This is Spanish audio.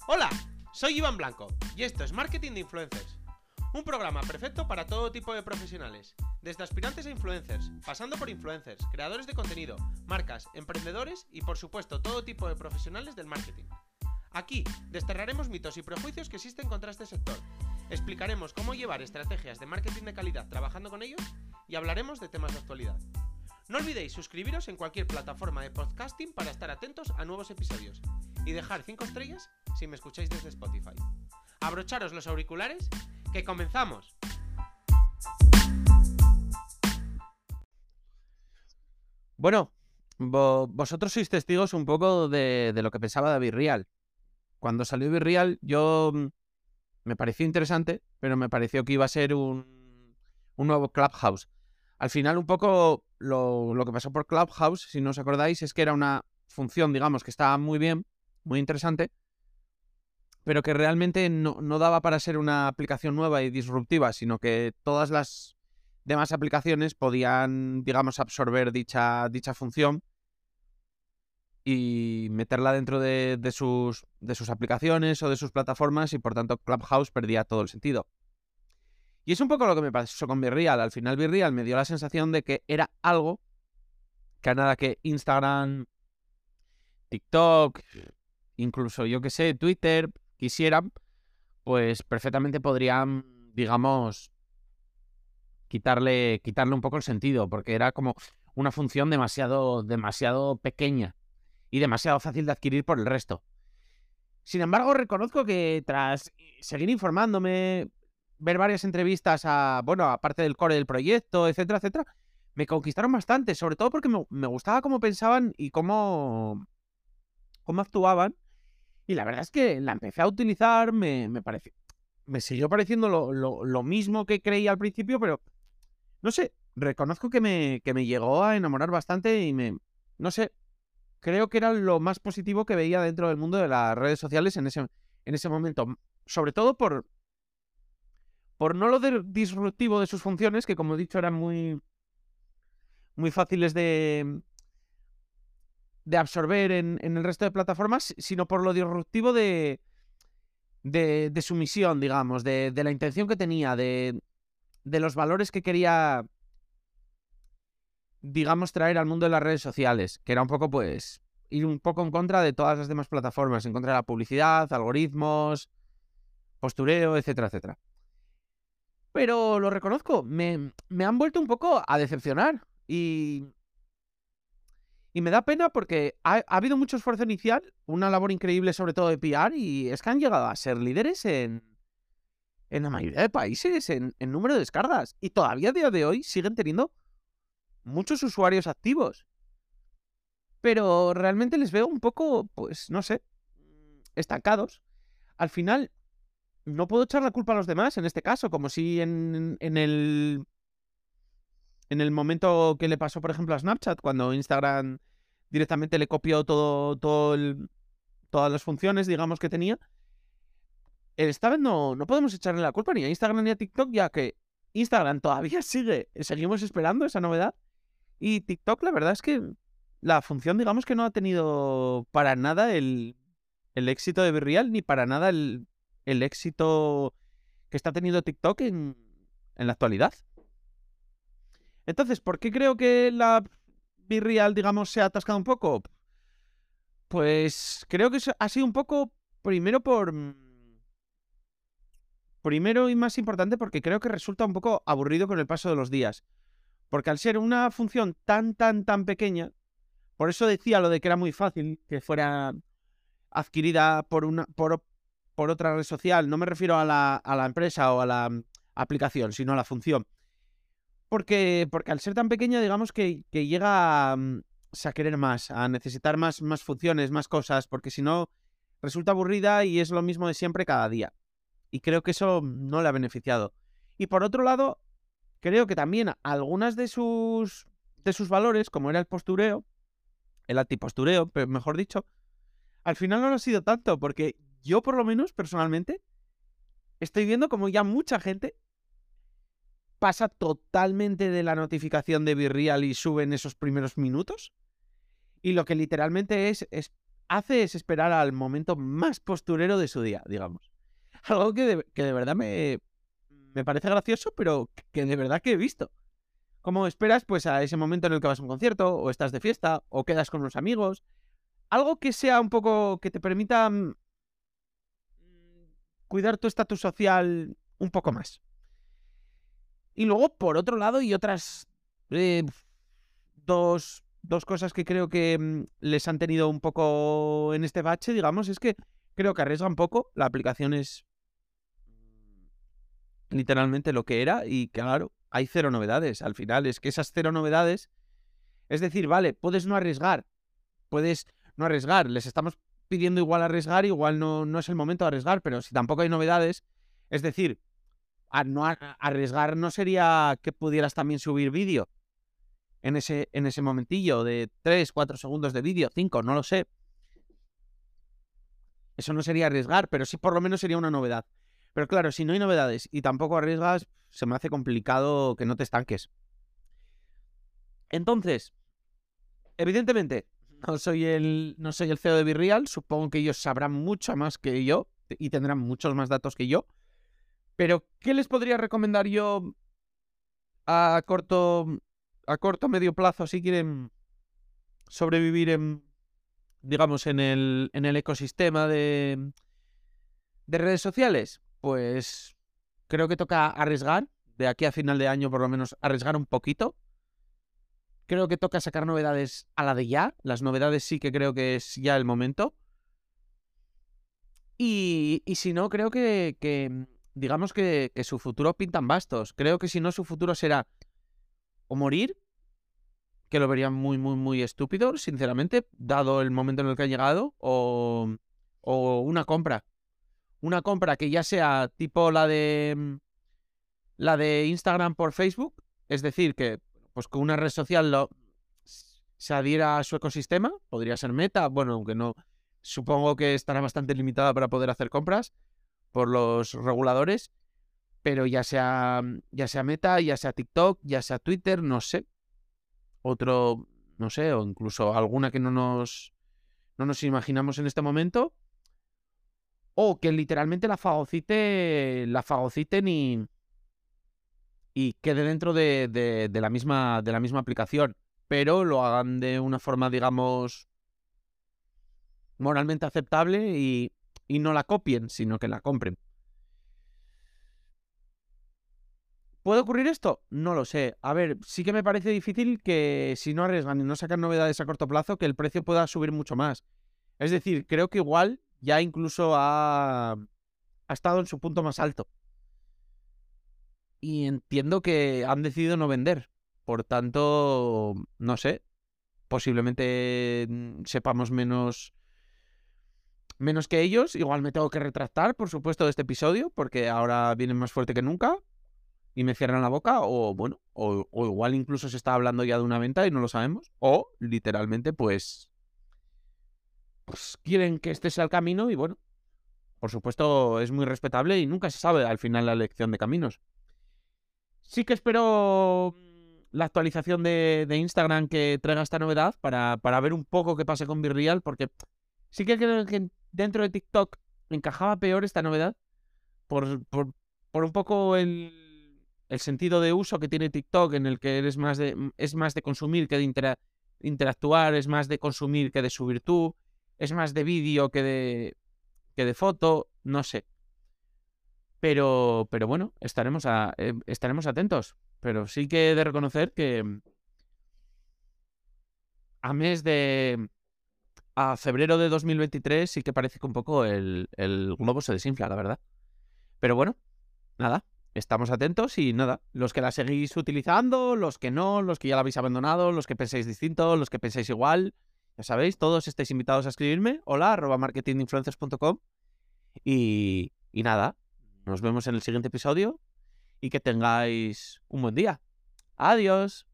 Hola, soy Iván Blanco y esto es Marketing de Influencers. Un programa perfecto para todo tipo de profesionales, desde aspirantes a influencers, pasando por influencers, creadores de contenido, marcas, emprendedores y por supuesto todo tipo de profesionales del marketing. Aquí desterraremos mitos y prejuicios que existen contra este sector, explicaremos cómo llevar estrategias de marketing de calidad trabajando con ellos y hablaremos de temas de actualidad. No olvidéis suscribiros en cualquier plataforma de podcasting para estar atentos a nuevos episodios y dejar 5 estrellas si me escucháis desde Spotify. Abrocharos los auriculares, ¡que comenzamos! Bueno, vosotros sois testigos un poco de lo que pensaba de Virreal. Cuando salió Virreal me pareció interesante, pero me pareció que iba a ser un nuevo Clubhouse. Al final un poco lo que pasó por Clubhouse, si no os acordáis, es que era una función, digamos, que estaba muy bien, muy interesante, pero que realmente no daba para ser una aplicación nueva y disruptiva, sino que todas las demás aplicaciones podían, digamos, absorber dicha función y meterla dentro de sus aplicaciones o de sus plataformas, y por tanto Clubhouse perdía todo el sentido. Y es un poco lo que me pasó con Virreal. Al final Virreal me dio la sensación de que era algo que a nada que Instagram, TikTok, incluso yo que sé, Twitter quisieran, pues perfectamente podrían, digamos, quitarle un poco el sentido, porque era como una función demasiado pequeña y demasiado fácil de adquirir por el resto. Sin embargo, reconozco que tras seguir informándome, ver varias entrevistas aparte del core del proyecto, etcétera, etcétera, me conquistaron bastante, sobre todo porque me gustaba cómo pensaban y cómo actuaban, y la verdad es que la empecé a utilizar, me siguió pareciendo lo mismo que creía al principio, pero no sé, reconozco que me llegó a enamorar bastante y no sé, creo que era lo más positivo que veía dentro del mundo de las redes sociales en ese momento. Sobre todo por no lo disruptivo de sus funciones, que como he dicho eran muy fáciles de absorber en el resto de plataformas, sino por lo disruptivo de su misión, digamos, de la intención que tenía, de los valores que quería, digamos, traer al mundo de las redes sociales, que era un poco, pues, ir un poco en contra de todas las demás plataformas, en contra de la publicidad, algoritmos, postureo, etcétera, etcétera. Pero lo reconozco, me han vuelto un poco a decepcionar y me da pena porque ha habido mucho esfuerzo inicial, una labor increíble sobre todo de PR, y es que han llegado a ser líderes en la mayoría de países, en número de descargas, y todavía a día de hoy siguen teniendo muchos usuarios activos. Pero realmente les veo un poco, pues, no sé, estancados. Al final, no puedo echar la culpa a los demás, en este caso, como si en el momento que le pasó, por ejemplo, a Snapchat, cuando Instagram directamente le copió todas las funciones, digamos, que tenía. Esta vez no podemos echarle la culpa ni a Instagram ni a TikTok, ya que Instagram todavía seguimos esperando esa novedad, y TikTok, la verdad es que la función, digamos, que no ha tenido para nada el éxito de Virreal, ni para nada el éxito que está teniendo TikTok en la actualidad. Entonces, ¿por qué creo que la Virreal, digamos, se ha atascado un poco? Pues creo que ha sido un poco, primero y más importante, porque creo que resulta un poco aburrido con el paso de los días. Porque al ser una función tan pequeña, por eso decía lo de que era muy fácil que fuera adquirida por otra red social. No me refiero a la empresa o a la aplicación, sino a la función. Porque al ser tan pequeña, digamos que llega a querer más, a necesitar más funciones, más cosas, porque si no resulta aburrida y es lo mismo de siempre cada día. Y creo que eso no le ha beneficiado. Y por otro lado, creo que también algunas de sus valores, como era el postureo, el antipostureo, mejor dicho, al final no lo ha sido tanto, porque yo, por lo menos, personalmente, estoy viendo como ya mucha gente pasa totalmente de la notificación de Virreal y sube en esos primeros minutos, y lo que literalmente es hace es esperar al momento más posturero de su día, digamos. Algo que de verdad me parece gracioso, pero que de verdad que he visto. Como esperas pues a ese momento en el que vas a un concierto, o estás de fiesta, o quedas con unos amigos. Algo que sea un poco, que te permita cuidar tu estatus social un poco más. Y luego, por otro lado, y otras dos cosas que creo que les han tenido un poco en este bache, digamos, es que creo que arriesgan poco. La aplicación es literalmente lo que era y claro, hay cero novedades. Al final es que esas cero novedades, es decir, vale, puedes no arriesgar, les estamos pidiendo igual arriesgar, igual no es el momento de arriesgar, pero si tampoco hay novedades, es decir, arriesgar no sería que pudieras también subir vídeo en ese momentillo de 3, 4 segundos de vídeo, 5, no lo sé. Eso no sería arriesgar, pero sí por lo menos sería una novedad. Pero claro, si no hay novedades y tampoco arriesgas, se me hace complicado que no te estanques. Entonces, evidentemente, no soy el CEO de BeReal, supongo que ellos sabrán mucho más que yo y tendrán muchos más datos que yo. Pero, ¿qué les podría recomendar yo a corto medio plazo si quieren sobrevivir digamos, en el ecosistema de redes sociales? Pues creo que toca arriesgar, de aquí a final de año por lo menos arriesgar un poquito. Creo que toca sacar novedades a la de ya. Las novedades sí que creo que es ya el momento. Y si no, creo que digamos que su futuro pintan bastos. Creo que si no, su futuro será o morir, que lo vería muy, muy, muy estúpido, sinceramente, dado el momento en el que ha llegado, o una compra. Una compra que ya sea tipo la de Instagram por Facebook, es decir, que pues con una red social se adhiera a su ecosistema, podría ser Meta, bueno, aunque no, supongo que estará bastante limitada para poder hacer compras por los reguladores, pero ya sea Meta, ya sea TikTok, ya sea Twitter, no sé, otro, no sé, o incluso alguna que no nos imaginamos en este momento, o que literalmente la fagociten y quede dentro de la misma aplicación, pero lo hagan de una forma, digamos, moralmente aceptable y no la copien, sino que la compren. ¿Puede ocurrir esto? No lo sé. A ver, sí que me parece difícil que si no arriesgan y no sacan novedades a corto plazo, que el precio pueda subir mucho más. Es decir, creo que igual ya incluso ha estado en su punto más alto. Y entiendo que han decidido no vender. Por tanto, no sé, posiblemente sepamos menos que ellos. Igual me tengo que retractar, por supuesto, de este episodio, porque ahora vienen más fuerte que nunca y me cierran la boca, o bueno, o igual incluso se está hablando ya de una venta y no lo sabemos, o literalmente pues quieren que este sea el camino y bueno, por supuesto es muy respetable y nunca se sabe al final la elección de caminos. Sí que espero la actualización de Instagram que traiga esta novedad para ver un poco qué pasa con BeReal, porque sí que creo que dentro de TikTok encajaba peor esta novedad por un poco el sentido de uso que tiene TikTok, en el que es más de consumir que de interactuar, es más de consumir que de subir tú, es más de vídeo que de foto, no sé. Pero bueno, estaremos atentos. Pero sí que he de reconocer que a febrero de 2023 sí que parece que un poco el globo se desinfla, la verdad. Pero bueno, nada, estamos atentos y nada, los que la seguís utilizando, los que no, los que ya la habéis abandonado, los que pensáis distinto, los que pensáis igual, ya sabéis, todos estáis invitados a escribirme, hola@marketinginfluencers.com y nada, nos vemos en el siguiente episodio y que tengáis un buen día. Adiós.